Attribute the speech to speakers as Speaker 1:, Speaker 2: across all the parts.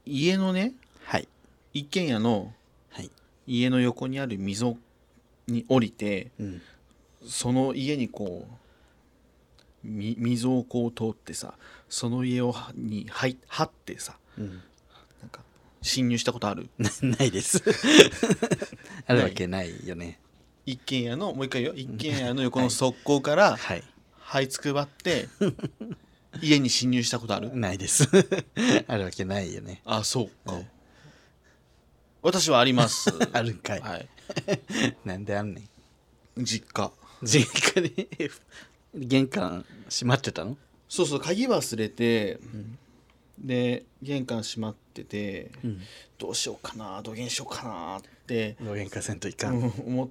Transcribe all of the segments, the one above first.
Speaker 1: 家のね、
Speaker 2: はい。
Speaker 1: 一軒家の
Speaker 2: はい。
Speaker 1: 家の横にある溝に降りて、
Speaker 2: うん。
Speaker 1: その家にこう溝をこう通ってさ、その家に張ってさ、
Speaker 2: うん。
Speaker 1: なんか侵入したことある？
Speaker 2: ないです。あるわけないよね。
Speaker 1: 一軒家の、もう一回言うよ、一軒家の横の側溝から
Speaker 2: はい。
Speaker 1: 這いつくばって家に侵入したことある？
Speaker 2: ないです。あるわけないよね。
Speaker 1: あ、そうか。
Speaker 2: うん、
Speaker 1: 私はあります。
Speaker 2: あるんかい。
Speaker 1: はい。
Speaker 2: なんであんねん。
Speaker 1: 実家。
Speaker 2: 実家に玄関閉まってたの？
Speaker 1: そうそう、鍵忘れて、
Speaker 2: ん
Speaker 1: で玄関閉まってて、
Speaker 2: うん。
Speaker 1: どうしようかな、どげんしようかなって
Speaker 2: 老玄関せんといかん。
Speaker 1: 思って、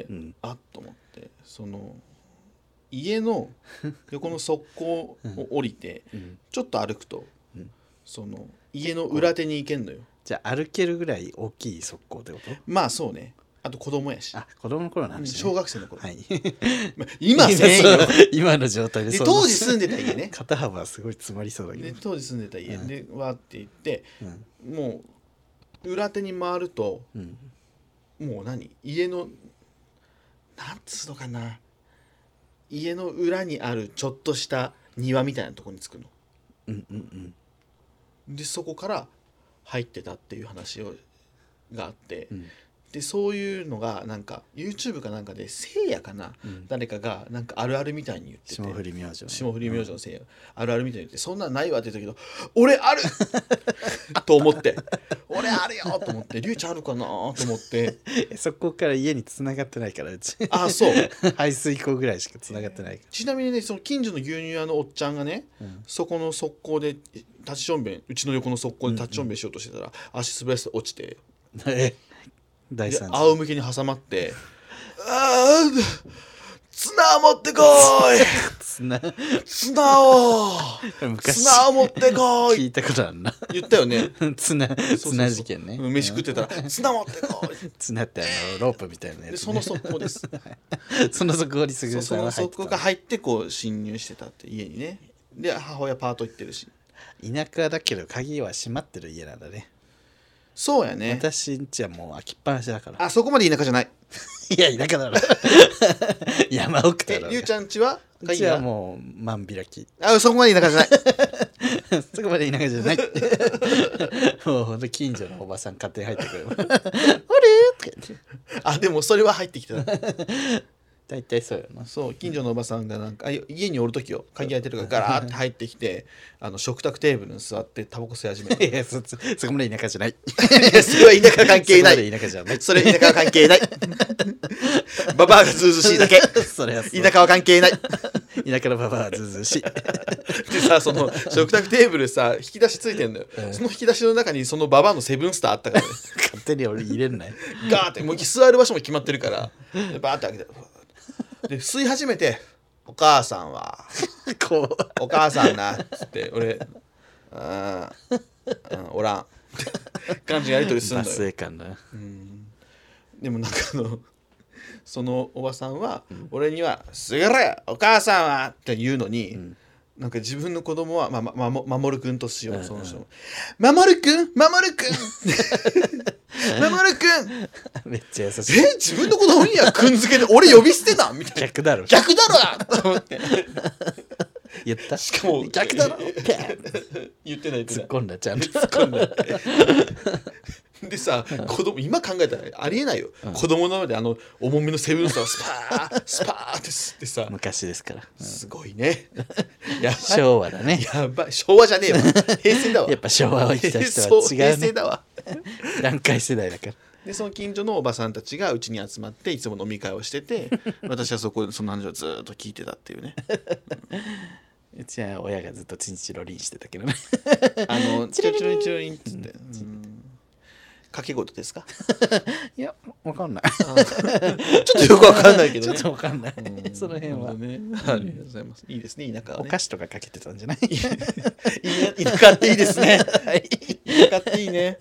Speaker 2: うん
Speaker 1: あっと思って、その家の横の側溝を降りて、
Speaker 2: うん。
Speaker 1: ちょっと歩くと、
Speaker 2: うん。
Speaker 1: その家の裏手に行けんのよ。
Speaker 2: じゃあ歩けるぐらい大きい側溝ってこと？
Speaker 1: まあそうね。あと子供やし、
Speaker 2: あ、子供の頃なんですね。
Speaker 1: 小学生の頃、
Speaker 2: はい。
Speaker 1: まあ今せんよ。
Speaker 2: 今の状態で
Speaker 1: で
Speaker 2: そう
Speaker 1: 当時住んでた家ね。
Speaker 2: 肩幅はすごい詰まりそうだけど。
Speaker 1: で当時住んでた家、
Speaker 2: うん
Speaker 1: でわーって行って、
Speaker 2: うん。
Speaker 1: もう裏手に回ると、
Speaker 2: うん。
Speaker 1: もう家のなんつうのかな、家の裏にあるちょっとした庭みたいなところに着くの
Speaker 2: うんうん
Speaker 1: で、そこから入ってたっていう話があって、
Speaker 2: うん。
Speaker 1: でそういうのがなんか YouTube かなんかでせいやかな、
Speaker 2: うん
Speaker 1: 誰かがなんかあるあるみたいに言ってて、
Speaker 2: 霜降り明星。
Speaker 1: 霜降り明星のせいや、あるあるみたいに言って、そんなんないわって言ったけど、俺あると思って、俺あるよと思って、りゅうちゃんあるかなと思って、
Speaker 2: そこから家に繋がってないからうち。
Speaker 1: あ、そう
Speaker 2: 排水溝ぐらいしか繋がってないか
Speaker 1: ちなみにね、その近所の牛乳屋のおっちゃんがね、
Speaker 2: ら。うん。
Speaker 1: そこの側溝で立ちしょんべん、うちの横の側溝で立ちしょんべんしようとしてたら、足滑らせて落ちて、
Speaker 2: 第
Speaker 1: で
Speaker 2: 3
Speaker 1: 仰向けに挟まって「あー綱を持ってこ
Speaker 2: 綱
Speaker 1: い綱を
Speaker 2: 昔
Speaker 1: 綱を持ってこい」
Speaker 2: 聞いたことあるな。
Speaker 1: 言ったよね。
Speaker 2: 綱
Speaker 1: そうそうそう
Speaker 2: 綱事件ね。
Speaker 1: 飯食ってたら「綱持ってこい」
Speaker 2: 綱ってロープみたいなやつ、ね、
Speaker 1: でその側溝です。
Speaker 2: その側溝にすぐ
Speaker 1: その
Speaker 2: るさんは入ってた。
Speaker 1: 側溝が入ってこう侵入してたって家にね。で母親パート行ってるし。
Speaker 2: 田舎だけど鍵は閉まってる家なんだね。
Speaker 1: そうやね。
Speaker 2: 私んちはもう開きっぱなしだから。
Speaker 1: あそこまで田舎じゃない。
Speaker 2: いや田舎だろ。山奥だろ。
Speaker 1: りゅうちゃんちは
Speaker 2: うちはもう満開き。
Speaker 1: あそこまで田舎じゃない。
Speaker 2: そこまで田舎じゃない。もうほんと近所のおばさん勝手に入ってくる。あれとか言って。
Speaker 1: あでもそれは入ってきてた。
Speaker 2: 大体そうよな。
Speaker 1: そう近所のおばさんがなんか家におる時よ、鍵開いてるからガラーって入ってきて食卓テーブルに座ってタバコ吸い始める。
Speaker 2: いやそこまで田舎じゃない。
Speaker 1: いやそれは田舎関係ない。
Speaker 2: そこまで田舎じゃない。
Speaker 1: それ田舎は関係ない。ババアがずうずうしいだけ。
Speaker 2: それはそう
Speaker 1: 田舎は関係ない。
Speaker 2: 田舎のババアはずうずうしい。
Speaker 1: でさ、その食卓テーブルさ引き出しついてんのよ、その引き出しの中にそのババアのセブンスターあったからね。
Speaker 2: 勝手に俺入れんない。
Speaker 1: ガーってもう座る場所も決まってるからでバーって開けてで吸い始めて「お母さんは
Speaker 2: こう
Speaker 1: お母さんな」っつって俺「おらん」って感じのやり取りすん
Speaker 2: バ
Speaker 1: のよ。
Speaker 2: スエ感だ。
Speaker 1: でもなんかそのおばさんは俺には「すぐれお母さんは」って言うのに、なんか自分の子供は守くんとしよう、その人守くん守くん守くん
Speaker 2: めっちゃ優しい。
Speaker 1: 自分の子供にはくん付けで俺呼び捨てなみたいな。
Speaker 2: 逆だろ。
Speaker 1: 逆だろなと思って
Speaker 2: 言った。
Speaker 1: しかも
Speaker 2: 逆だろ。
Speaker 1: 言ってない言ってない
Speaker 2: 突っ込んだちゃんと。
Speaker 1: 突っ込んだでさ、子供今考えたらありえないよ、子供の前で重めのセブンスターをスパースパーって吸ってさ、
Speaker 2: 昔ですから。
Speaker 1: すごいね。やばい
Speaker 2: 昭和だね。
Speaker 1: やばい、昭和じゃねえわ、平成だわ。
Speaker 2: やっぱ昭和を生きた人は違
Speaker 1: 平
Speaker 2: うね。
Speaker 1: 成だわ。
Speaker 2: 段階世代だから。
Speaker 1: でその近所のおばさんたちがうちに集まっていつも飲み会をしてて、私はそこでその話をずっと聞いてたっていうね。
Speaker 2: うちは親がずっとチンチロリンしてたけどね。
Speaker 1: チロチロリンチロリンっつって掛け事ですか？
Speaker 2: いやわかんない。
Speaker 1: ちょっとよくわかんないけどね。
Speaker 2: ちょっとわかんない。その辺は。
Speaker 1: ね、ありがとうございます。いいですね、田舎はね。
Speaker 2: お菓子とかかけてたんじゃない？
Speaker 1: 田舎っていいですね。田舎っていいね。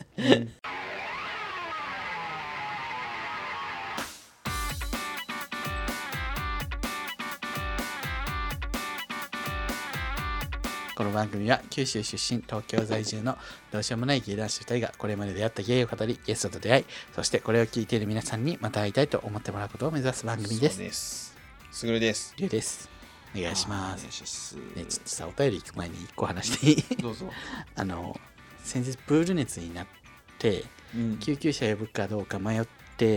Speaker 2: ここの番組は九州出身、東京在住のどうしようもないゲイ男子2人がこれまで出会ったゲイを語り、ゲストと出会い、そしてこれを聞いている皆さんにまた会いたいと思ってもらうことを目指す番組です。
Speaker 1: そうです。すぐるです。
Speaker 2: りゅうです。お願いします。
Speaker 1: お願いします。
Speaker 2: ね、ちょっとさ、お便り行く前に1個話していい？
Speaker 1: どうぞ。
Speaker 2: 先日プール熱になって、救急車呼ぶかどうか迷って、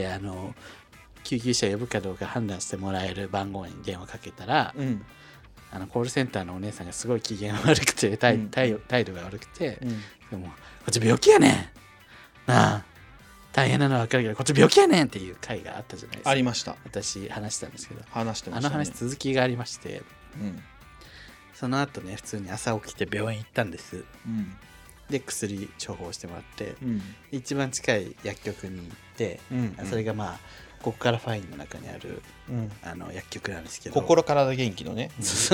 Speaker 2: 救急車呼ぶかどうか判断してもらえる番号に電話かけたら、コールセンターのお姉さんがすごい機嫌悪くて、態度が悪くて、でもこっち病気やねんなあ、大変なのは分かるけどこっち病気やねんっていう回があったじゃないですか。
Speaker 1: ありました。
Speaker 2: 私話したんですけど、
Speaker 1: 話してましたね。
Speaker 2: 話続きがありまして、その後ね、普通に朝起きて病院行ったんです。で薬処方してもらって、一番近い薬局に行って、それがまあここからファインの中にある、薬局なんですけど、
Speaker 1: 心体元気のね、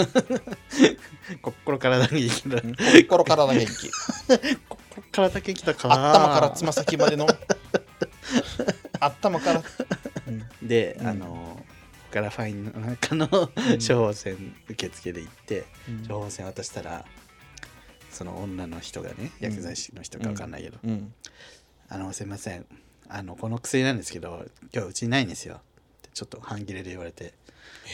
Speaker 2: 心体元気の
Speaker 1: 心体元気
Speaker 2: 心体元気だから、
Speaker 1: 頭からつま先までの頭から、
Speaker 2: で、ここからファインの中の処方箋受付で行って、処方箋渡したら、その女の人がね、薬剤師の人か分かんないけど、すいません、この薬なんですけど今日うちにないんですよってちょっと半切れで言われて、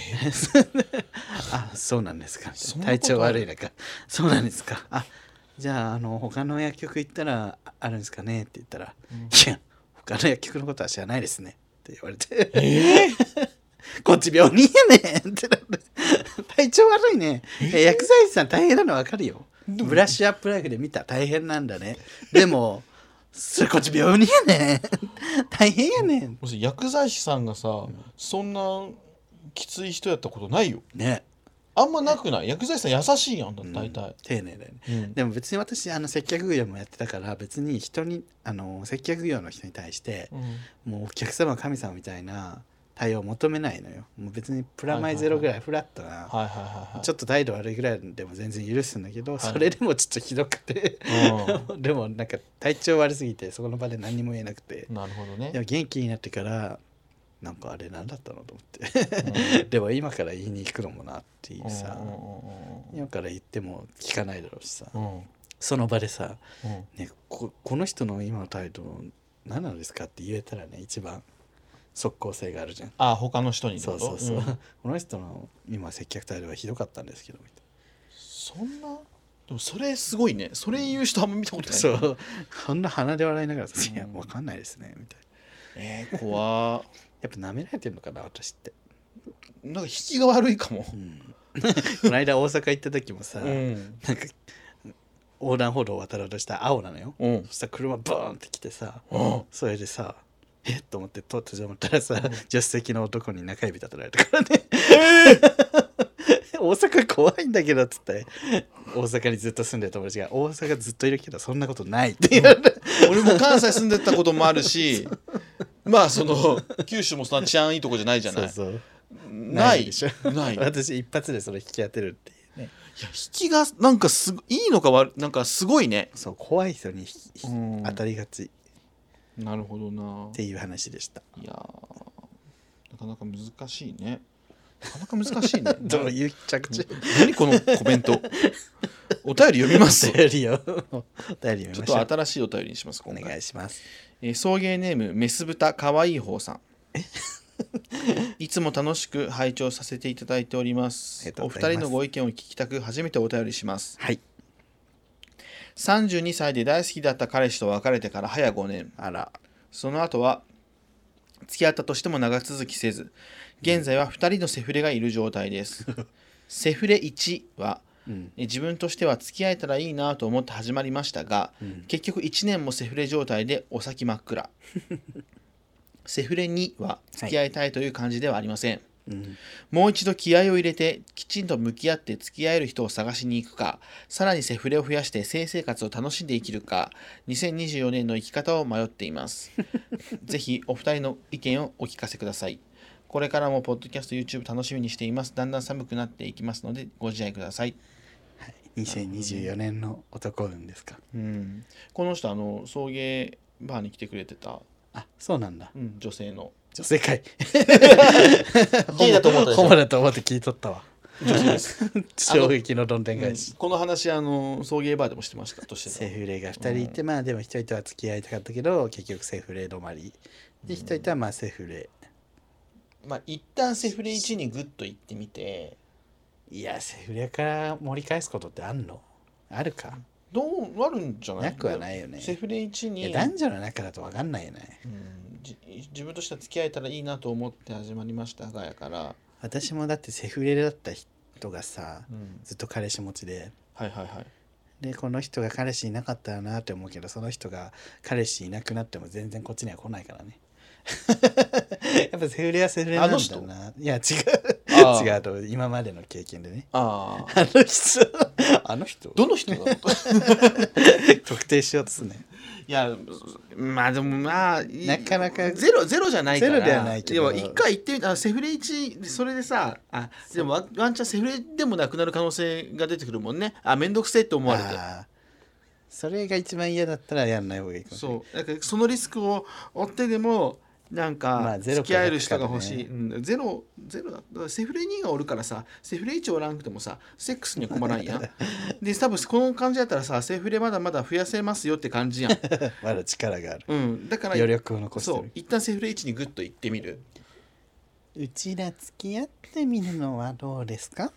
Speaker 2: あ、そうなんですか、体調悪い中、そうなんですか、あ、じゃあ他の薬局行ったらあるんですかねって言ったら、いや他の薬局のことは知らないですねって言われて、こっち病人やねんってなって、体調悪いね、薬剤師さん大変なの分かるよ、ブラッシュアップライフで見た、大変なんだね、でもそれこっち病人やねん大変やねん。
Speaker 1: 薬剤師さんがさ、そんなきつい人やったことないよ
Speaker 2: ね。
Speaker 1: あんまなくない？薬剤師さん優しいやんだ、大体、
Speaker 2: 丁寧だよね、でも別に私接客業もやってたから、別に人に接客業の人に対して、もうお客様神様みたいな対応を求めないのよ。もう別にプラマイゼロぐらいフラットな、ちょっと態度悪いぐらいでも全然許すんだけど、それでもちょっとひどくてでもなんか体調悪すぎてそこの場で何も言えなくて、
Speaker 1: なるほどね。
Speaker 2: でも元気になってからなんかあれ何だったのと思ってでも今から言いに行くのもなっていうさ、今から言っても聞かないだろうしさ、その場でさ、ね、この人の今の態度何なのですかって言えたらね、一番即効性があるじゃん。
Speaker 1: あ、他の人に
Speaker 2: そう、この人の今接客態度がひどかったんですけどみたいな。
Speaker 1: そんな、でもそれすごいね。それ言う人あんま見たことない。
Speaker 2: そう、そんな鼻で笑いながらさ、いや分かんないですねみたいな。
Speaker 1: 怖
Speaker 2: やっぱ舐められてるのかな私って。
Speaker 1: なんか引きが悪いかも、
Speaker 2: この間大阪行った時もさ、なんか横断歩道を渡ろうとしたら青なのよ、そしたら車バーンって来てさ、それでさと思って通って思ったらさ、助手席の男に中指立てられたからね、大阪怖いんだけどっつって、大阪にずっと住んでる友達が、大阪ずっといるけどそんなことないって言われて、
Speaker 1: 俺も関西住んでたこともあるしまあその九州もそんな治安いいとこじゃないじゃない。
Speaker 2: そう
Speaker 1: ないでしょ
Speaker 2: ない私一発でそれ引き当てるっていうね。
Speaker 1: いや、引きがなんかいいのかなんかすごいね。
Speaker 2: そう、怖い人に当たりがち。
Speaker 1: なるほどな
Speaker 2: っていう話でした。
Speaker 1: いやなかなか難しいね。なかなか難しいね
Speaker 2: どういう着地
Speaker 1: 何このコメントお便り読みます。
Speaker 2: お便り読みましょう。
Speaker 1: ちょっと新しいお便りにします。
Speaker 2: お願いします。
Speaker 1: 送迎ネームメス豚かわいい方さんいつも楽しく拝聴させていただいております。お二人のご意見を聞きたく初めてお便りします。
Speaker 2: はい。
Speaker 1: 32歳で大好きだった彼氏と別れてから早5年。
Speaker 2: あら。そ
Speaker 1: の後は付き合ったとしても長続きせず、現在は2人のセフレがいる状態ですセフレ1は、自分としては付き合えたらいいなと思って始まりましたが、結局1年もセフレ状態でお先真っ暗セフレ2は付き合いたいという感じではありません、もう一度気合を入れてきちんと向き合って付き合える人を探しに行くか、さらにセフレを増やして性生活を楽しんで生きるか、2024年の生き方を迷っていますぜひお二人の意見をお聞かせください。これからもポッドキャスト YouTube 楽しみにしています。だんだん寒くなっていきますのでご自愛ください。
Speaker 2: はい、2024年の男運ですか。
Speaker 1: この人送迎バーに来てくれてた。
Speaker 2: あ、そうなんだ。
Speaker 1: 女性の。
Speaker 2: 女性かい
Speaker 1: ゲイだと思ったでしょ。
Speaker 2: ホモだと思って聞いとったわ。
Speaker 1: 女性です
Speaker 2: 衝撃のどんでん返し。
Speaker 1: この話送迎バーでもしてましたとして
Speaker 2: セフレが2人いて、まあでも1人とは付き合いたかったけど結局セフレ止まりで、1人とはまあセフレ。
Speaker 1: まあ一旦セフレ1にグッと行ってみて、
Speaker 2: いやセフレから盛り返すことってあんの？あるか？
Speaker 1: どうなるんじゃない？
Speaker 2: なくはないよね。
Speaker 1: セフレ1に
Speaker 2: 男女の中だと分かんないよね。
Speaker 1: 自分としては付き合えたらいいなと思って始まりましたがやから。
Speaker 2: 私もだってセフレだった人がさ、ずっと彼氏持ちで、
Speaker 1: はいはいはい、
Speaker 2: でこの人が彼氏いなかったらなって思うけど、その人が彼氏いなくなっても全然こっちには来ないからね。やっぱセフレはセフレなんだな。いや違う違うと、今までの経験でね。あの人
Speaker 1: どの人だ
Speaker 2: 特定しようとするね。
Speaker 1: いやまあでもまあ
Speaker 2: なかなか
Speaker 1: ゼロじゃないから、
Speaker 2: ゼロではないけど、
Speaker 1: でも一回行ってみたセフレ1それでさ、でもワンチャンセフレでもなくなる可能性が出てくるもんね。めんどくせえって思われて、
Speaker 2: それが一番嫌だったらやんない方がいいかもしれない。
Speaker 1: そうだからそのリスクを負ってでもなんか付き合える人が欲しい、ゼロだったセフレ2がおるからさ、セフレ1おらんくてもさセックスには困らんやんで多分この感じだったらさセフレまだまだ増やせますよって感じやん
Speaker 2: まだ力がある、
Speaker 1: だから
Speaker 2: 余力を残してる。
Speaker 1: そう一旦セフレ1にグッと行ってみる。
Speaker 2: うちら付き合ってみるのはどうですか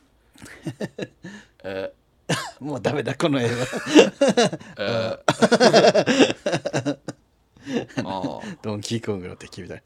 Speaker 2: もうダメだこの絵はドンキーコングの敵みたい。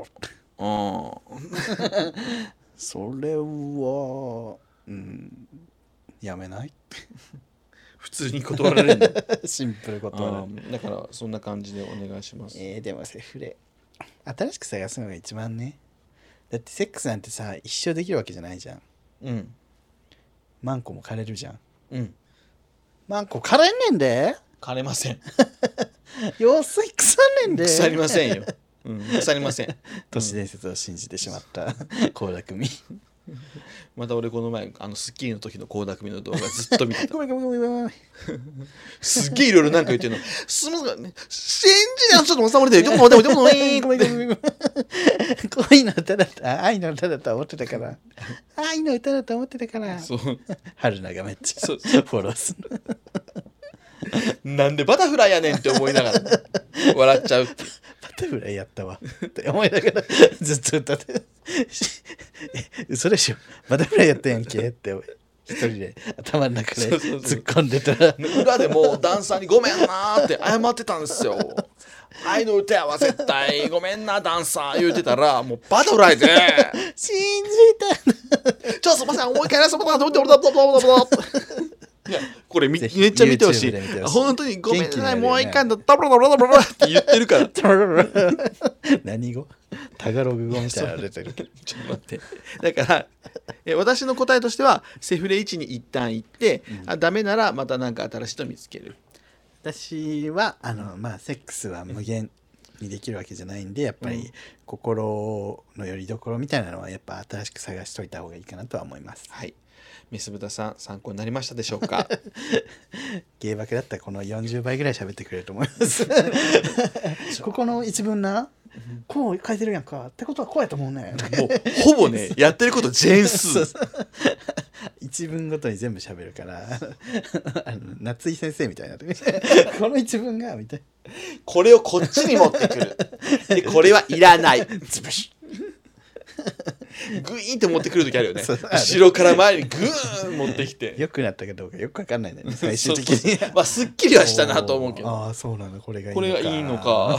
Speaker 2: それはやめない
Speaker 1: 普通に断られる
Speaker 2: シンプル断られる。
Speaker 1: だからそんな感じでお願いします。
Speaker 2: でもセフレ新しく探すのが一番ね。だってセックスなんてさ一生できるわけじゃないじゃん。マンコも枯れるじゃん。マンコ枯れんねんで。
Speaker 1: 枯れません
Speaker 2: 用水腐んねんで。
Speaker 1: 腐りませんよ、腐りません
Speaker 2: 都市伝説を信じてしまった倖田來未
Speaker 1: また俺この前スッキリの時の倖田來未の動画ずっと見てた
Speaker 2: ごめん
Speaker 1: すっげえいろいろなんか言ってるのすみませんね信じないちょっと収まれてでもごめん
Speaker 2: 恋の歌だった愛の歌だと思ってたから愛の歌だと思ってたから
Speaker 1: そう
Speaker 2: 春菜がめっちゃフォローする
Speaker 1: なんでバタフライやねんって思いながら笑っちゃうっていう。
Speaker 2: バタフライやったわって思いながらずっと歌って嘘でしょバタフライやったやんけって一人で頭の中で突っ込んでたら
Speaker 1: 裏でもうダンサーにごめんなーって謝ってたんですよ。愛の歌やわ絶対ごめんなダンサー言うてたらもうバタフライで
Speaker 2: 信じた
Speaker 1: ちょっとすいませんもう一回やらせてもらって俺だいやこれめっちゃ見てほしい。本当にごめんなさいもう一回だダブラダブラダブラって言ってるから
Speaker 2: 何語タガログ語みたいなの出てる
Speaker 1: ちょっと待ってだから私の答えとしてはセフレ1に一旦行って、ダメならまた何か新しいと見つける。
Speaker 2: 私はまあセックスは無限にできるわけじゃないんでやっぱり心の拠り所みたいなのはやっぱ新しく探しといた方がいいかなとは思います。
Speaker 1: はい、メス豚さん参考になりましたでしょうか
Speaker 2: 芸爆だったらこの40倍ぐらい喋ってくれると思いますここの一文なこう書いてるやんかってことはこうやと思うね
Speaker 1: もうほぼねやってること全数
Speaker 2: 一文ごとに全部喋るから夏井先生みたいなこの一文がみたいな
Speaker 1: これをこっちに持ってくるでこれはいらないズブシグイーンって持ってくる時あるよね後ろから前にグーン持ってきて
Speaker 2: 良くなったかどうかよく分かんないね最終的に
Speaker 1: まあすっきりはしたなと思うけど
Speaker 2: ああそうなのこれが
Speaker 1: いいのか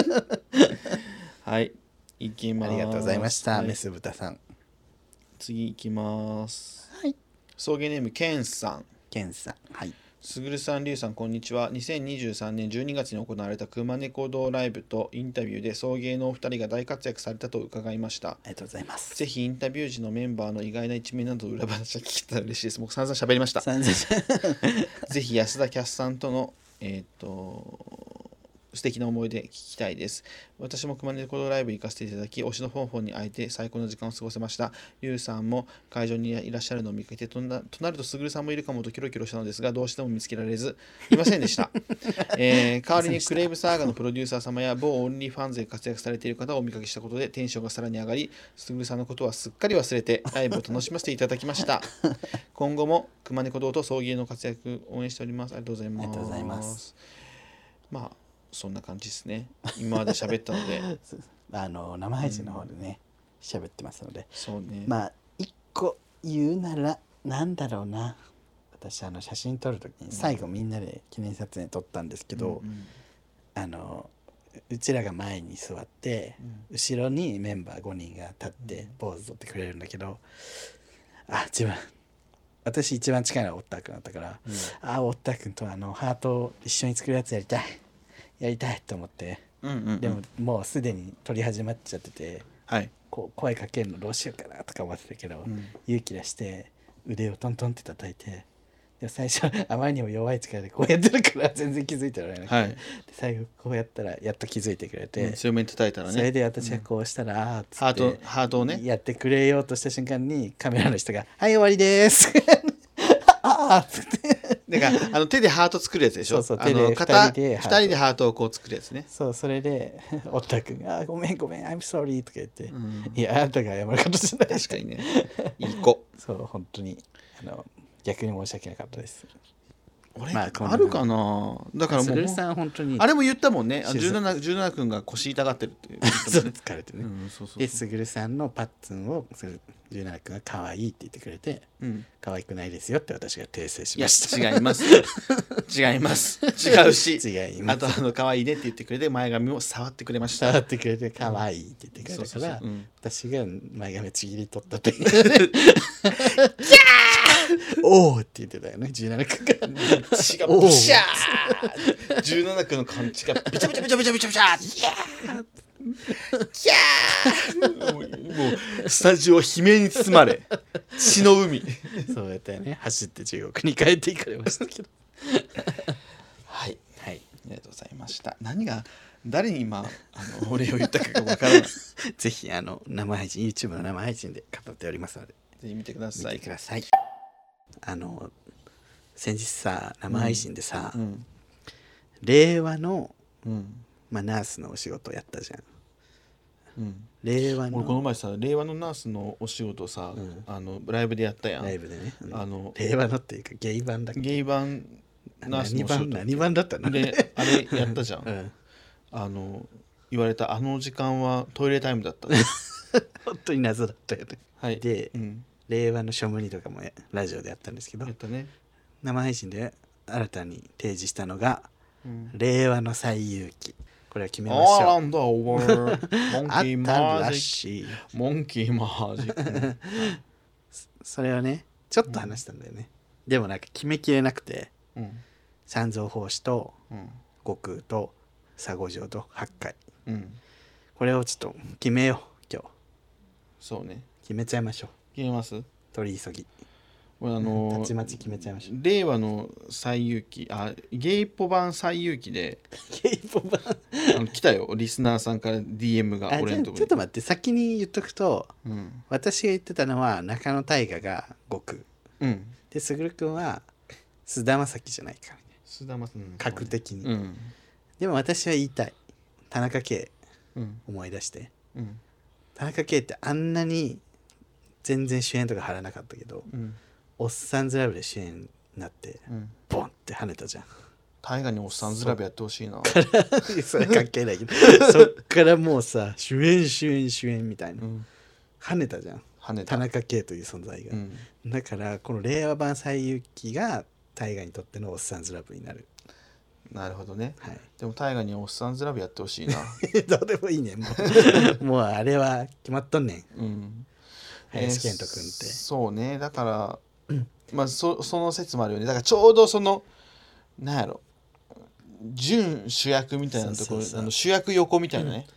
Speaker 1: はい行きます。
Speaker 2: ありがとうございました、メス豚さん。
Speaker 1: 次行きます。
Speaker 2: はい。
Speaker 1: 送迎ネームケンさん。
Speaker 2: はい。
Speaker 1: すぐるさん、りゅうさん、こんにちは。2023年12月に行われた熊猫堂ライブとインタビューで送迎のお二人が大活躍されたと伺いました。
Speaker 2: ありがとうございます。
Speaker 1: ぜひインタビュー時のメンバーの意外な一面など裏話が聞けたら嬉しいです。僕散々喋りました。ぜひ安田キャスさんとの素敵な思い出聞きたいです。私も熊猫ライブ行かせていただき、推しのフォンフォンに会えて最高の時間を過ごせました。ゆうさんも会場にいらっしゃるのを見かけて、となるとすぐるさんもいるかもとキョロキョロしたのですが、どうしても見つけられずいませんでした。代わりにクレイブサーガのプロデューサー様や某オンリーファンズで活躍されている方をお見かけしたことでテンションがさらに上がり、すぐるさんのことはすっかり忘れてライブを楽しませていただきました。今後も熊猫堂と送迎の活躍応援しております。ありがとうございます。
Speaker 2: ありがとうございます。
Speaker 1: まあそんな感じですね。今まで喋ったので
Speaker 2: 生配信の方でね喋ってますので、
Speaker 1: そうね。
Speaker 2: まあ一個言うならなんだろうな、私写真撮るときに最後みんなで記念撮影撮ったんですけど、うちらが前に座って、後ろにメンバー5人が立ってポーズ撮ってくれるんだけど、私一番近いのはオッター君だったから、オッター君とハートを一緒に作るやつやりたいと思って、でももうすでに撮り始まっちゃってて、こう声かけるのどうしようかなとか思ってたけど、勇気出して腕をトントンって叩いて、で最初あまりにも弱い力でこうやってるから全然気づいてられなくて、で最後こうやったらやっと気づいてくれて、
Speaker 1: 強めに叩いたらね、
Speaker 2: それで私がこうしたら、っつって
Speaker 1: ハートをね
Speaker 2: やってくれようとした瞬間にカメラの人が「はい終わりです」っつって
Speaker 1: だから手でハート作るやつでしょ。
Speaker 2: そう手で
Speaker 1: 2人でハートをこう作るやつね。
Speaker 2: そうそれでオッター君が「ごめん I'm sorry」とか言って、いやあなたが謝ることじゃない。
Speaker 1: 確かにね、いい子。
Speaker 2: そう本当に逆に申し訳なかったです。
Speaker 1: 俺、あるかな。だからもう
Speaker 2: さん本当に
Speaker 1: あれも言ったもんね。17君が腰痛がってるっていう
Speaker 2: 疲れてね。ですぐるさんのパッツンを17君が可愛いって言ってくれて、可愛くないですよって私が訂正しました。
Speaker 1: いや違います違います違うし、
Speaker 2: 違います。
Speaker 1: あと可愛いねって言ってくれて前髪を触ってくれました。
Speaker 2: 触ってくれて可愛いって言ってくれたから、私が前髪ちぎり取ったっておーって言ってたよね、17君が。
Speaker 1: 血がブシャー17君の感じがビチャビチャビチャビチャビチャビチャキャーもうスタジオ悲鳴に包まれ血の海。
Speaker 2: そうやったよね。走って中国に帰っていかれましたけど
Speaker 1: はい、ありがとうございました。何が誰に今お礼を言ったかがわからない。
Speaker 2: ぜひ生配信 YouTube の生配信で語っておりますので
Speaker 1: ぜひ見てください。
Speaker 2: 先日さ生配信でさ、令和の、ナースのお仕事やったじゃん。令和の
Speaker 1: 俺この前さ令和のナースのお仕事さ、ライブでやったやん。
Speaker 2: ライブでね、令和のっていうかゲイ版だっけ。
Speaker 1: ゲイ版ナースのお仕事
Speaker 2: 何版だったの
Speaker 1: であれやったじゃん、言われた時間はトイレタイムだった
Speaker 2: 本当に謎だったよね。で、令和の書無理とかもラジオでやったんですけど、
Speaker 1: やったね。
Speaker 2: 生配信で新たに提示したのが、令和の最有機。これは決めましょう。
Speaker 1: モンキーマジ
Speaker 2: ック。
Speaker 1: モンキーマジック。
Speaker 2: それをねちょっと話したんだよね。でもなんか決めきれなくて、三蔵法師と悟空と佐護城と八海、これをちょっと決めよう今日。
Speaker 1: そうね、
Speaker 2: 決めちゃいましょう。
Speaker 1: 決めます。
Speaker 2: 取り急ぎ。
Speaker 1: た
Speaker 2: ちまち決めちゃいましょう。
Speaker 1: 令和の最有機、ゲイポ版最有機で
Speaker 2: ゲイポ版
Speaker 1: 来たよ、リスナーさんから DM が俺のところに。
Speaker 2: ちょっと待って、先に言っとくと、私が言ってたのは中野大河が悟空、で卓くんは菅田将暉じゃないかみたいな、格的に、でも私は言いたい。田中圭、思い出して、田中圭ってあんなに全然主演とか張らなかったけど、おっさんずラブで主演になって、ボンって跳ねたじゃん。
Speaker 1: 大河におっさんずラブやってほしいな。
Speaker 2: それ関係ないけどそっからもうさ主演みたいな、跳ねたじゃん。田中圭という存在が、だからこの令和版最有機が大河にとってのおっさんずラブになる。
Speaker 1: なるほどね、でも大河におっさんずラブやってほしいな。
Speaker 2: どうでもいいねもうあれは決まっとんねん、林遣都君って。
Speaker 1: そうね、だから、その説もあるよね。だからちょうどそのなんやろ準主役みたいなところ、主役横みたいなね、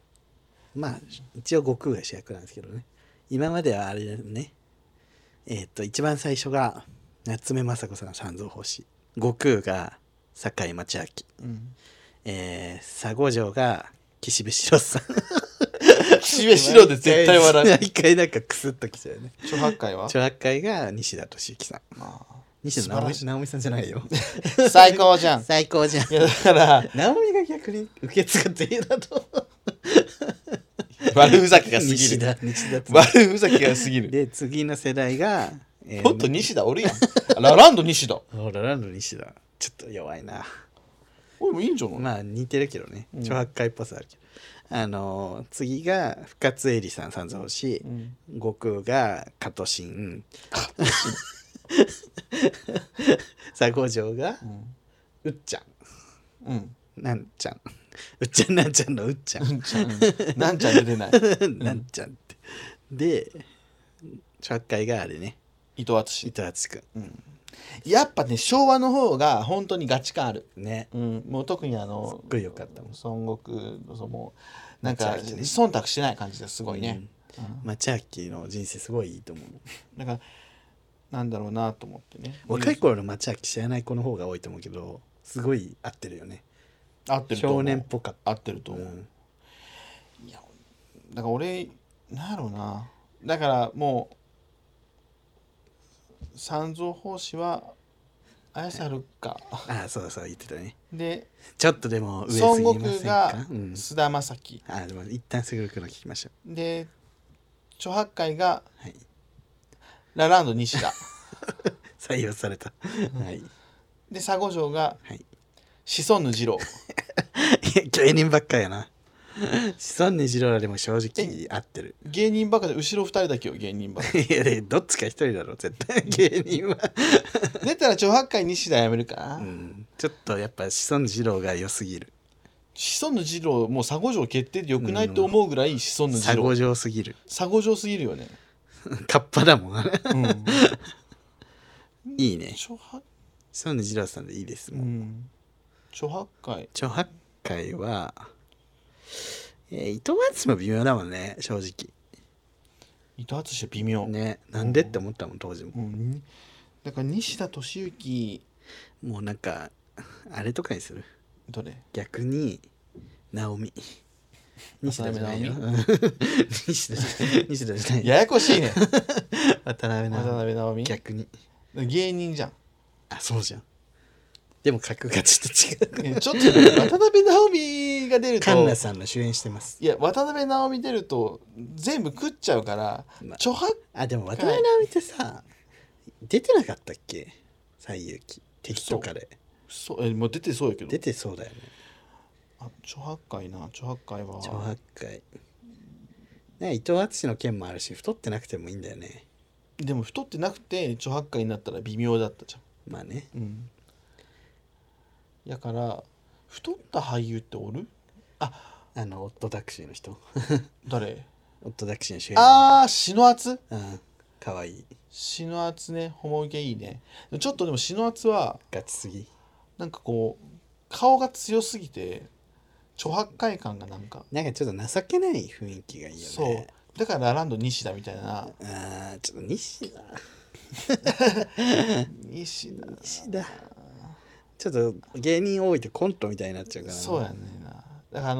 Speaker 2: 一応悟空が主役なんですけどね。今まではあれだね、一番最初が夏目雅子さんの三蔵法師、悟空が堺正明、 佐護城が岸辺四郎さん。
Speaker 1: 岸辺四郎で絶対笑う。
Speaker 2: 毎回なんかクスッときちゃうよね。
Speaker 1: 諸八海は
Speaker 2: 諸八海が西田敏行さん。西田直美さんじゃないよ。
Speaker 1: 最高じゃん。
Speaker 2: 最高じゃん。
Speaker 1: いやだから
Speaker 2: 直美が逆に受け継ぐっていうだと
Speaker 1: 悪ふざけが過ぎ
Speaker 2: 西
Speaker 1: る。
Speaker 2: 田
Speaker 1: 悪ふざけが過ぎる。
Speaker 2: で次の世代が、
Speaker 1: もっと西田おるやん。ラランド西田。
Speaker 2: ラランド西田ちょっと弱いな。
Speaker 1: おいもういいんじゃない。
Speaker 2: まあ似てるけどね。諸八海っぽさあるけど。次が深津絵里さん三蔵星、悟空が加藤慎、佐護城がうっちゃん、なんちゃん、うっちゃんなんちゃんのうっちゃん、
Speaker 1: なんちゃん出てない。
Speaker 2: なんちゃんってで諸八海があれね、
Speaker 1: 伊藤淳。
Speaker 2: 伊藤淳くん、
Speaker 1: やっぱね昭和の方が本当にガチ感ある。
Speaker 2: ね、
Speaker 1: もう特に
Speaker 2: すっごい良かったもん。
Speaker 1: 孫悟空のそのなんか
Speaker 2: 町明ね
Speaker 1: 忖度してない感じですごいね。
Speaker 2: 町明の人生すごいいいと思う。
Speaker 1: だからなんだろうなと思ってね。
Speaker 2: 若い頃の町明知らない子の方が多いと思うけど、すごい合ってるよね。
Speaker 1: 合ってると思う。
Speaker 2: 少年っぽかった。
Speaker 1: 合ってると思う。いやだから俺なんやろうな。だからもう三蔵法師は綾瀬はるか。
Speaker 2: ああそうそう言ってたね。
Speaker 1: で
Speaker 2: ちょっとでも上す
Speaker 1: 孫
Speaker 2: ぎません
Speaker 1: 悟空が
Speaker 2: か。
Speaker 1: 菅田将暉。
Speaker 2: ああでも一旦すぐくの聞きましょ
Speaker 1: で諸八海が
Speaker 2: う。はい。
Speaker 1: ラランド西田。
Speaker 2: 採用された。はい。
Speaker 1: で佐護城が
Speaker 2: はい。
Speaker 1: シソンヌ二郎。
Speaker 2: いや芸人ばっかやな。シソンヌ・ジローラでも正直合ってる。
Speaker 1: 芸人ばっかで後ろ2人だけよ芸人ばっか。
Speaker 2: いやでどっちか一人だろ絶対芸人は。
Speaker 1: 出たら諸八海西田やめるかな。
Speaker 2: ちょっとやっぱシソンヌ・ジローが良すぎる。
Speaker 1: シソンヌ二郎もう佐護城決定でよくないと思うぐらいシソンヌ二郎。
Speaker 2: 佐護城すぎる。
Speaker 1: 佐護城すぎるよね。
Speaker 2: カッパだもん。いいね。
Speaker 1: 諸八
Speaker 2: シソンヌ・ジローさんでいいですもん。
Speaker 1: 諸八海。
Speaker 2: 諸八海は、伊藤敦も微妙だもんね正直。
Speaker 1: 伊藤淳は微妙。
Speaker 2: ねなんでって思ったもん当時も。
Speaker 1: だから西田敏行。
Speaker 2: もうなんかあれとかにする。
Speaker 1: どれ。
Speaker 2: 逆に直美。西田じゃないよ。西田じゃない。
Speaker 1: ややこしいね。
Speaker 2: 渡辺
Speaker 1: 渡辺直美。
Speaker 2: 逆に。
Speaker 1: 芸人じゃん。
Speaker 2: あそうじゃん。でも格がちょっと違う。
Speaker 1: ちょっとね渡辺直美が出ると。
Speaker 2: カンナさんの主演してます。
Speaker 1: いや渡辺直美出ると全部食っちゃうから。諸八。
Speaker 2: あでも渡辺直美ってさ出てなかったっけ。西遊記敵とかで。
Speaker 1: そうもう出てそうやけど。
Speaker 2: 出てそうだよね。
Speaker 1: 諸八海な。諸八海は。
Speaker 2: 諸八海。ね伊藤淳の件もあるし太ってなくてもいいんだよね。
Speaker 1: でも太ってなくて諸八海になったら微妙だったじゃん。
Speaker 2: まあね。
Speaker 1: だから太った俳優っておる？
Speaker 2: オットタクシーの人。
Speaker 1: 誰？
Speaker 2: オットタクシーの主演。
Speaker 1: 篠厚？
Speaker 2: かわいい。
Speaker 1: 篠厚ね、ホモ受けいいね。ちょっとでも篠厚は
Speaker 2: ガチすぎ。
Speaker 1: なんかこう顔が強すぎて諸八海感がなんか
Speaker 2: ちょっと情けない雰囲気がいいよね。
Speaker 1: そうだからラランド西田みたいな。
Speaker 2: ちょっと西田ちょっと芸人多いとコントみたいになっちゃうから。
Speaker 1: そうやねんな。だから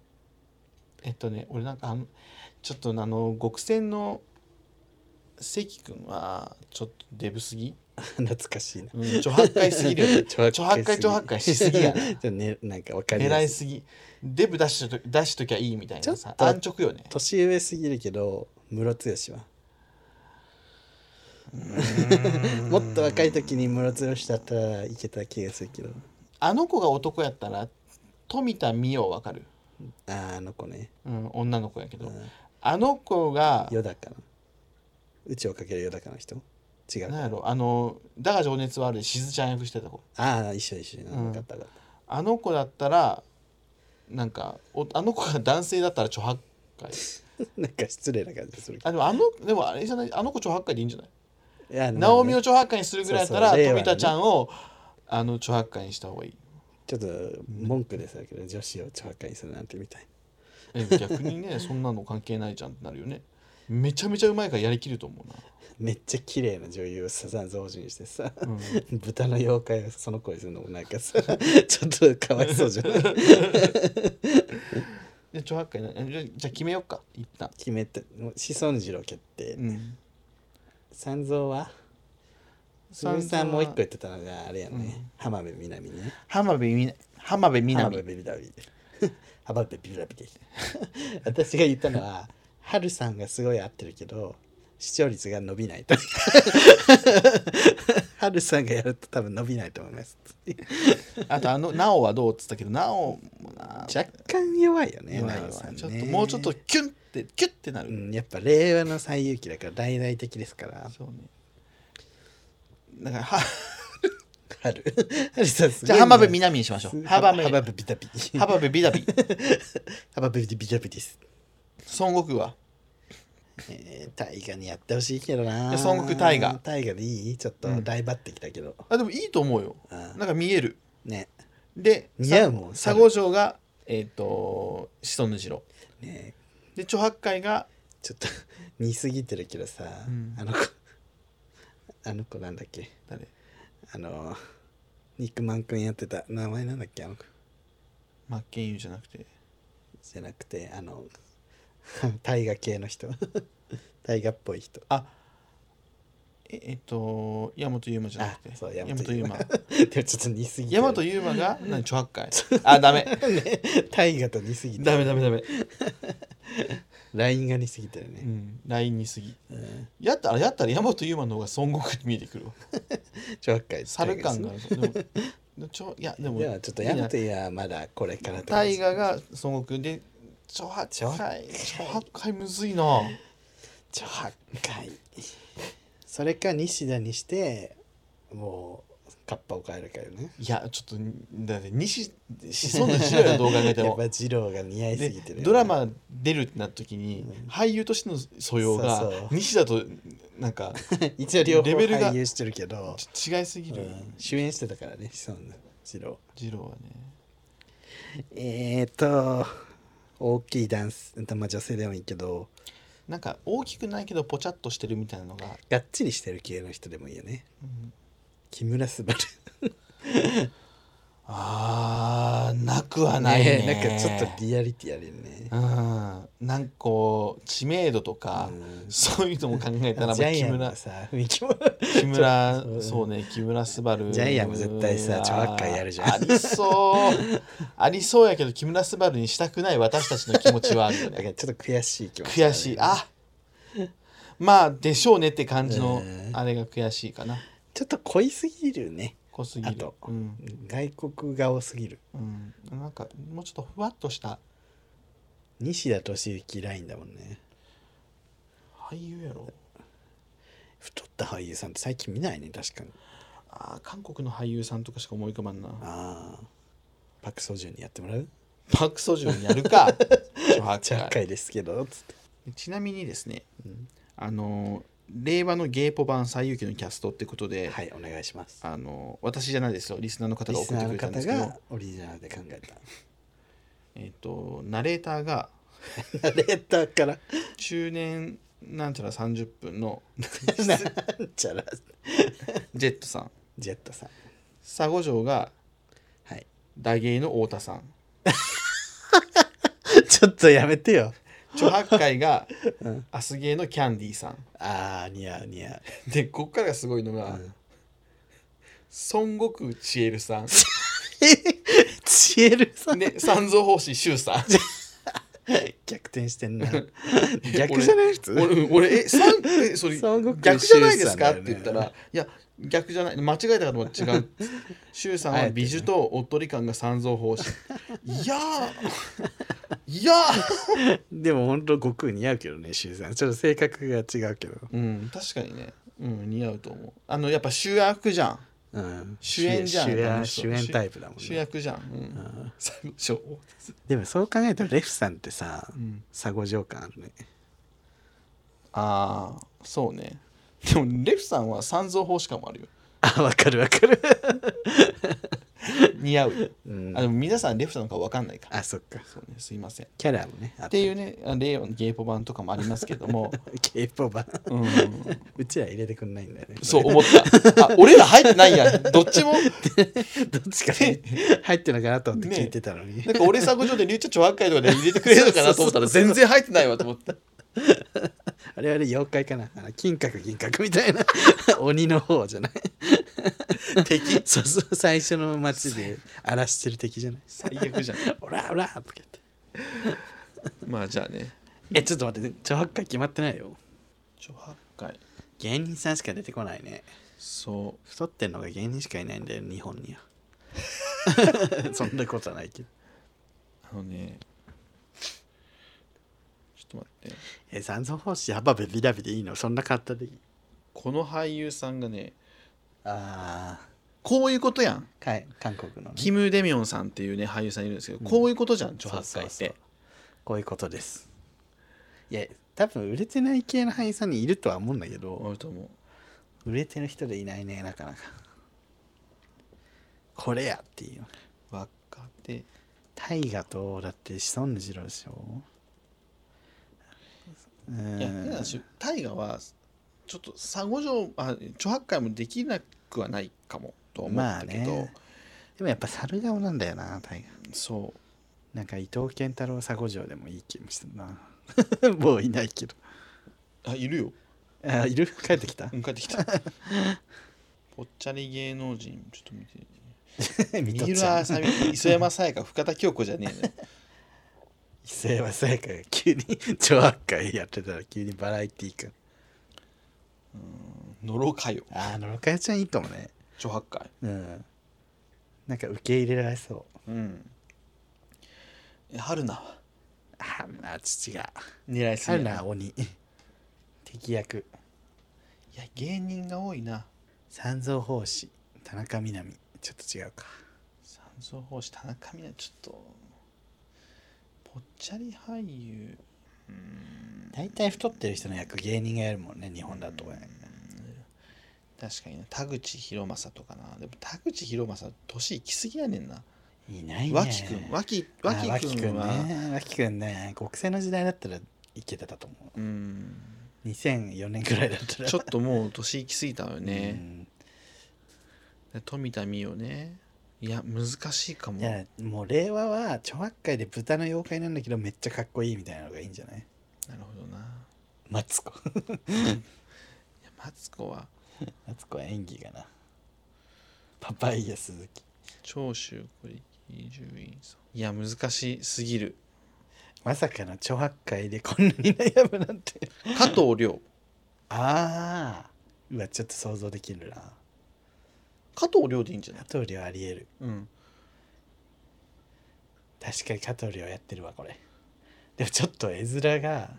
Speaker 1: 俺なんかちょっと極戦の関君はちょっとデブすぎ。
Speaker 2: 懐かしいな。
Speaker 1: 諸八海すぎるよね。諸八海しすぎやな。
Speaker 2: ちょっとねなんか分かりやすい。
Speaker 1: 狙いすぎ。デブ出しときゃいいみたいなさ。安直よね。
Speaker 2: 年上すぎるけどムロツヨシはもっと若い時にムロツヨシだったらいけた気がするけど。
Speaker 1: あの子が男やったら富田美代わかる？
Speaker 2: あの子ね。
Speaker 1: 女の子やけど、あの子が
Speaker 2: ヨダかな。宇宙をかけるヨダかの人違う。
Speaker 1: なんやろだが情熱はあるでしずちゃん役してた子。
Speaker 2: 一緒分かった分かった。
Speaker 1: あの子だったらなんかあの子が男性だったら諸八海。
Speaker 2: なんか失礼な感じするけ
Speaker 1: ど。でもあれじゃない、あの子諸八海でいいんじゃない？
Speaker 2: いや
Speaker 1: 直美を諸八海にするぐらいだったら
Speaker 2: そう
Speaker 1: 富田ちゃんを諸八海にした方がいい。
Speaker 2: ちょっと文句ですけど、女子を諸八海にするなんてみたい。
Speaker 1: 逆にねそんなの関係ないじゃんってなるよね。 めちゃめちゃうまいからやりきると思うな。
Speaker 2: めっちゃ綺麗な女優をさ増人してさ、
Speaker 1: うん、
Speaker 2: 豚の妖怪をその声するのもなんかさちょっとかわいそうじゃない
Speaker 1: で著白海なじゃあ決めよっか一旦。
Speaker 2: 決めて子孫次郎決定、
Speaker 1: うん、
Speaker 2: 三蔵は鈴木さんもう一個言ってたのがあれやね、
Speaker 1: うん、
Speaker 2: 浜辺美波ね。
Speaker 1: 浜辺美波。
Speaker 2: 浜辺美波浜辺美波で私が言ったのは春さんがすごい合ってるけど視聴率が伸びないと春さんがやると多分伸びないと思います
Speaker 1: あとなおはどうっつったけど、なおもな
Speaker 2: 若干弱いよね
Speaker 1: 弱い
Speaker 2: なおさんね。
Speaker 1: ちょっともうちょっとキュッてなる、
Speaker 2: うん、やっぱ令和の最有機だから大々的ですから。
Speaker 1: そうね。だから
Speaker 2: 春さんすごいね。
Speaker 1: じゃあ浜辺美波にしましょう。
Speaker 2: 浜辺美波
Speaker 1: 浜辺美波。
Speaker 2: 浜辺美波です。
Speaker 1: 孫悟空は
Speaker 2: 大河にやってほしいけどな。
Speaker 1: 孫悟空大河
Speaker 2: でいいちょっと大張ってきたけど、
Speaker 1: でもいいと思うよ。なんか見える
Speaker 2: ね。
Speaker 1: で
Speaker 2: 似合うもん。
Speaker 1: 佐護城が子孫次郎
Speaker 2: ね。
Speaker 1: で著白海が
Speaker 2: ちょっと似すぎてるけどさ、
Speaker 1: うん、
Speaker 2: あの子なんだっけ、
Speaker 1: 誰、
Speaker 2: 肉まんくんやってた名前なんだっけ、あの子。
Speaker 1: 真剣佑じゃなくて
Speaker 2: 大河系の人大河っぽい人。
Speaker 1: 大和優馬じゃなくて、
Speaker 2: そう
Speaker 1: 大和優馬
Speaker 2: でもちょっと似すぎて
Speaker 1: 大和優馬が著白海ダメ
Speaker 2: ね、大河と似すぎて
Speaker 1: ダメ
Speaker 2: ラインが似すぎてるね、
Speaker 1: うん、ライン似すぎ、
Speaker 2: うん、
Speaker 1: やったら大和優馬の方が孫悟空に見えてくるわ
Speaker 2: 著白海
Speaker 1: 猿感がある。いやでも
Speaker 2: ちょっと大和優はまだこれから
Speaker 1: 大河が孫悟空で著白海むずいな。
Speaker 2: 著白海それか西田にしてもうカッパを変えるかよね。
Speaker 1: いやちょっとだって子孫の次郎やどう考えても
Speaker 2: やっぱ次郎が似合いすぎてる、ね、
Speaker 1: ドラマ出るってなった時に、俳優としての素養が西田となんか
Speaker 2: 一応両方俳優してるけど
Speaker 1: 違いすぎる、
Speaker 2: 主演してたからね子孫の次郎
Speaker 1: は
Speaker 2: ね。大きいダンス、まあ、女性でもいいけど
Speaker 1: なんか大きくないけどポチャッとしてるみたいなのが
Speaker 2: がっちりしてる系の人でもいいよね、うん、木村昴
Speaker 1: なくはないね。
Speaker 2: なんかちょっとリアリティあるよね。
Speaker 1: なんかこう知名度とか、そういうのも考えたら
Speaker 2: ジャイアンのさ雰囲気も
Speaker 1: 木村そうね木村昴
Speaker 2: ジャイアンも絶対さ著白海やるじゃん。
Speaker 1: ありそうやけど木村昴にしたくない私たちの気持ちはあるよね。
Speaker 2: だからちょっと悔しい気持ち、
Speaker 1: 悔しいまあでしょうねって感じのあれが悔しいかな。
Speaker 2: ちょっと濃いすぎるね。
Speaker 1: 濃すぎる。
Speaker 2: 外国顔すぎる、
Speaker 1: なんかもうちょっとふわっとした
Speaker 2: 西田敏行ラインだもんね。
Speaker 1: 俳優やろ。
Speaker 2: 太った俳優さんって最近見ないね確かに。
Speaker 1: 韓国の俳優さんとかしか思い浮かばんな。
Speaker 2: パクソジュンにやってもらう。
Speaker 1: パクソジュンにやるか
Speaker 2: 著白海ですけどつって。
Speaker 1: ちなみにですね、令和のゲイポ版最有機のキャストってことで、
Speaker 2: はいお願いします。
Speaker 1: 私じゃないですよ、リスナーの方が送ってくれたんですけど、
Speaker 2: オリジナルで考えた
Speaker 1: ナレーターが
Speaker 2: ナレーターから
Speaker 1: 中年なんちゃら30分の
Speaker 2: なんちゃら
Speaker 1: ジェットさん佐護城がダゲイの太田さん
Speaker 2: ちょっとやめてよ。
Speaker 1: 著白海がアスゲーのキャンディーさん。
Speaker 2: 似合う
Speaker 1: でこっからがすごいのが、孫悟空ちえるさん
Speaker 2: ちえるさん
Speaker 1: で三蔵法師シュウさん
Speaker 2: 逆転してんな。逆じゃない普通。
Speaker 1: 俺それ逆じゃないですかって言ったら、いや逆じゃない、間違えたかと思って違う。シュウさんは美女とおっとり感が三蔵法師。いや
Speaker 2: でも本当悟空似合うけどね、シュウさんちょっと性格が違うけど、
Speaker 1: 確かにね、似合うと思う。やっぱ主役じゃん、主演じゃん、
Speaker 2: 主演タイプだもんね、
Speaker 1: 主役じゃん、
Speaker 2: でもそう考えたらレフさんってさ、佐護城感あるね。
Speaker 1: そうね。でもレフさんは三蔵法師感もあるよ。
Speaker 2: わかる
Speaker 1: 似合う、
Speaker 2: うん
Speaker 1: でも皆さんレフトの顔分かんないから
Speaker 2: あそっか
Speaker 1: そうねすいませんっ
Speaker 2: キャラもね
Speaker 1: ていうね令和のゲイポ版とかもありますけども
Speaker 2: ケーポ版
Speaker 1: うん
Speaker 2: うちら入れてくんないんだよね
Speaker 1: そう思った俺ら入ってないやんどっちも
Speaker 2: どっちかね入ってるのかなと思って聞いてたのに、
Speaker 1: なんか俺作上でリュウチャ超悪会とかで入れてくれるのかなと思ったら全然入ってないわと思って
Speaker 2: あれ妖怪かな金閣銀閣みたいな鬼の方じゃない
Speaker 1: 敵
Speaker 2: そうそう最初の街で荒らしてる敵じゃない
Speaker 1: 最悪じゃん
Speaker 2: オラオラとか言って
Speaker 1: まあじゃあね
Speaker 2: ちょっと待って超八回決まってないよ
Speaker 1: 超悪会
Speaker 2: 芸人さんしか出てこないね
Speaker 1: そう
Speaker 2: 太ってんのが芸人しかいないんだよ日本にはそんなことはないけど
Speaker 1: ちょっと待って
Speaker 2: 三蔵法師幅ベビラビでいいのそんな簡単でいい
Speaker 1: この俳優さんがね
Speaker 2: あ
Speaker 1: こういうことやん
Speaker 2: あ韓国のね
Speaker 1: キム・デミョンさんっていうね俳優さんいるんですけど、こういうことじゃん超八回って
Speaker 2: こういうことですいや多分売れてない系の俳優さんにいるとは思うんだけど
Speaker 1: あると思う
Speaker 2: 売れてる人でいないねなかなかこれやっていう
Speaker 1: 若手
Speaker 2: 大河とだってシソンヌ二郎でしょ
Speaker 1: いや変な話大河はちょっと佐護城超八回もできなくはないかもと思ったけど、
Speaker 2: まあねでもやっぱ猿顔なんだよな大河
Speaker 1: そう
Speaker 2: なんか伊藤健太郎佐護城でもいい気もしてるなもういないけど
Speaker 1: いるよ
Speaker 2: いる帰ってきた
Speaker 1: 帰ってきたぽっちゃり芸能人ちょっと見て三浦あさみ磯山さやか深田恭子じゃねえのよ
Speaker 2: 磯山さやかが急に超悪会やってたら急にバラエティーか
Speaker 1: 野呂佳代
Speaker 2: 野呂佳代ちゃんいいかもね
Speaker 1: 超八回
Speaker 2: なんか受け入れられそう
Speaker 1: 春菜は
Speaker 2: 父が
Speaker 1: 狙いすぎ
Speaker 2: 春菜は鬼敵役
Speaker 1: いや芸人が多いな
Speaker 2: 三蔵法師田中みな実ちょっと違うか
Speaker 1: 三蔵法師田中みな実ちょっとぽっちゃり俳優
Speaker 2: 大体太ってる人の役芸人がやるもんね日本だと
Speaker 1: 確かにね田口博正とかなでも田口博正年いきすぎやねんない
Speaker 2: ないね
Speaker 1: 脇くん脇くんは
Speaker 2: 脇くんね国政の時代だったらいけてたと思う2004年くらいだったら
Speaker 1: ちょっともう年いきすぎたわよね富田美代ねいや難しいかも
Speaker 2: いやもう令和は超悪界で豚の妖怪なんだけどめっちゃかっこいいみたいなのがいいんじゃない
Speaker 1: なるほどな
Speaker 2: マツコ
Speaker 1: いやマツコは
Speaker 2: 演技がなパパイヤ鈴木
Speaker 1: 長州小力伊集院さんいや難しすぎる
Speaker 2: まさかの超悪界でこんなに悩むなんて
Speaker 1: 加藤亮
Speaker 2: うわちょっと想像できるな
Speaker 1: 加藤亮でいいんじゃない
Speaker 2: 加藤亮ありえる確かに加藤亮やってるわこれでもちょっと絵面が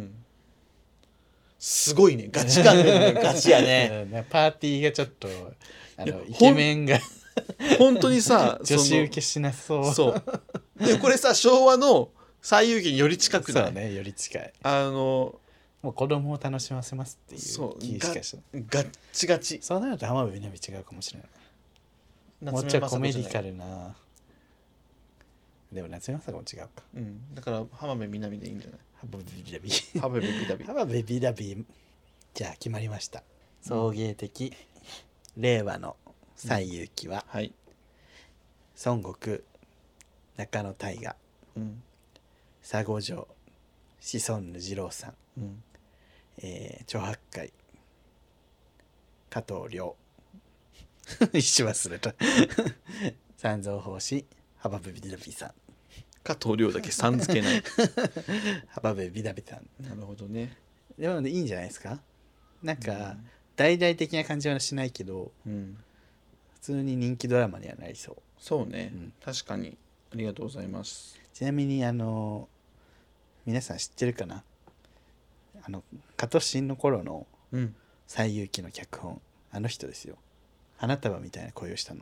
Speaker 1: すごいねガチ感ねガチやね
Speaker 2: パーティーがちょっとイケメンが
Speaker 1: 本当にさ
Speaker 2: 女子受けしなそう
Speaker 1: でこれさ昭和の西遊記により近くない
Speaker 2: そうねより近い
Speaker 1: も
Speaker 2: う子供を楽しませますっていう気しかしない
Speaker 1: ガッチガチ
Speaker 2: そうなると浜辺美波違うかもしれないもうちょいコメディカルなでも夏目雅子も違うか
Speaker 1: だから浜辺美波でいいんじゃない
Speaker 2: 浜辺美波
Speaker 1: 浜辺美波
Speaker 2: 浜辺美波じゃあ決まりました送迎的令和の西遊記は孫悟空中野大河佐護城シソンヌ二郎さん超八海加藤亮一瞬忘れた三蔵法師浜辺美波さん
Speaker 1: 加藤亮だけさん付けない
Speaker 2: 浜辺美波さん
Speaker 1: なるほどね
Speaker 2: でもいいんじゃないですかなんか大々的な感じはしないけど普通に人気ドラマにはなりそう
Speaker 1: そうね確かにありがとうございます
Speaker 2: ちなみに皆さん知ってるかな加藤新の頃の西遊記の脚本あの人ですよ花束みたいな声をしたの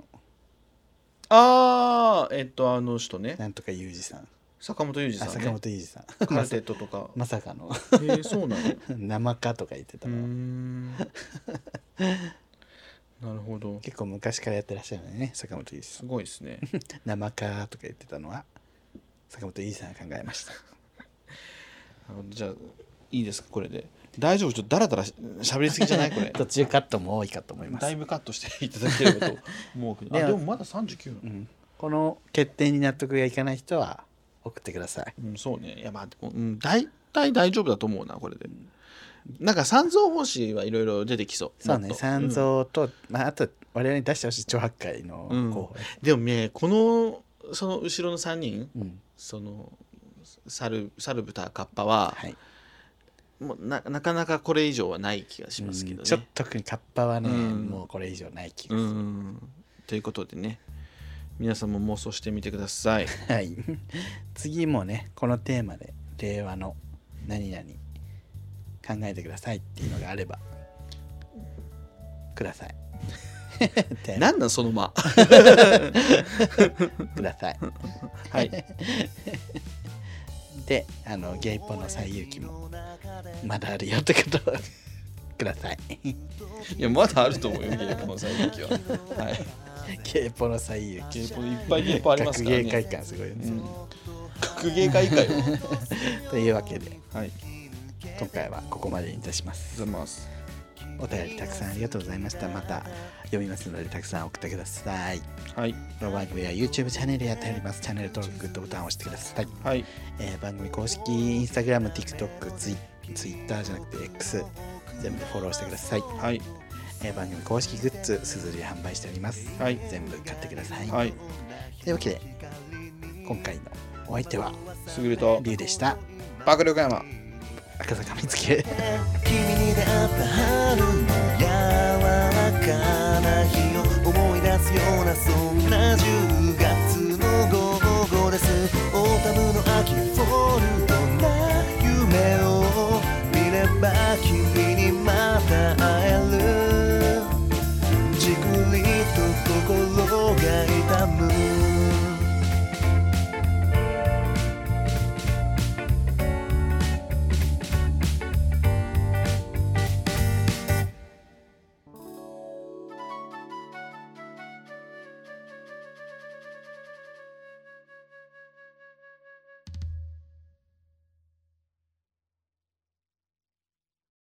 Speaker 1: あの人ね
Speaker 2: なんとか裕二さん
Speaker 1: 坂本裕二さんね
Speaker 2: 坂本裕二さん
Speaker 1: カルテットとか
Speaker 2: まさかの
Speaker 1: そうなの
Speaker 2: 生かとか言ってたわ
Speaker 1: なるほど。
Speaker 2: 結構昔からやってらっしゃるのね、坂本龍一さ
Speaker 1: すごいですね。
Speaker 2: ん。生かとか言ってたのは坂本龍一さんが考えました。
Speaker 1: じゃあいいですかこれで。大丈夫？ちょっとダラダラ喋りすぎじゃないこれ。
Speaker 2: 途中カットも多いかと思います。
Speaker 1: だいぶカットしていただければと思うけど。でもまだ39分。
Speaker 2: この決定に納得がいかない人は送ってください。
Speaker 1: そうね。いやまあでも、大体大丈夫だと思うなこれで。なんか三蔵法師はいろいろ出てきそう。
Speaker 2: そうね、三蔵と、あと我々に出してほしい長八海の候補、
Speaker 1: でもねこのその後ろの3人、その猿豚カッパは、もうなかなかこれ以上はない気がしますけどね。
Speaker 2: ちょっと特にカッパはね、もうこれ以上ない気がする。
Speaker 1: ということでね、皆さんも妄想してみてください。
Speaker 2: はい。次もねこのテーマで令和の何々考えてくださいっていうのがあればください。
Speaker 1: なんなんその間。
Speaker 2: ください。
Speaker 1: はい。
Speaker 2: でゲイポの最有機もまだあるよってことをください。
Speaker 1: いやまだあると思うよゲイポの最有機は。はい。
Speaker 2: ゲイポの最有機。
Speaker 1: ゲイポいっぱいゲイポありますからね。
Speaker 2: 学芸会館すごいよね。
Speaker 1: 学芸会館よ。
Speaker 2: というわけで、
Speaker 1: はい。
Speaker 2: 今回はここまでにいたします。お便りたくさんありがとうございました。また読みますのでたくさん送ってください。
Speaker 1: はい。
Speaker 2: この番組は YouTube チャンネルやっております。チャンネル登録、グッドボタンを押してください。
Speaker 1: はい。
Speaker 2: 番組公式 Instagram、TikTok、Twitter じゃなくて X 全部フォローしてください。
Speaker 1: はい。
Speaker 2: 番組公式グッズすずりで販売しております。
Speaker 1: はい。
Speaker 2: 全部買ってください。
Speaker 1: はい。
Speaker 2: というわけで今回のお相手は
Speaker 1: すぐると
Speaker 2: リュウでした。
Speaker 1: 爆力山
Speaker 2: 赤坂見つけ。
Speaker 3: 君に出会った春の柔らかな日を思い出すようなそんな10月の午後です。オータムの秋フォルトな夢を見れば君にまた会える。じくりと心が痛む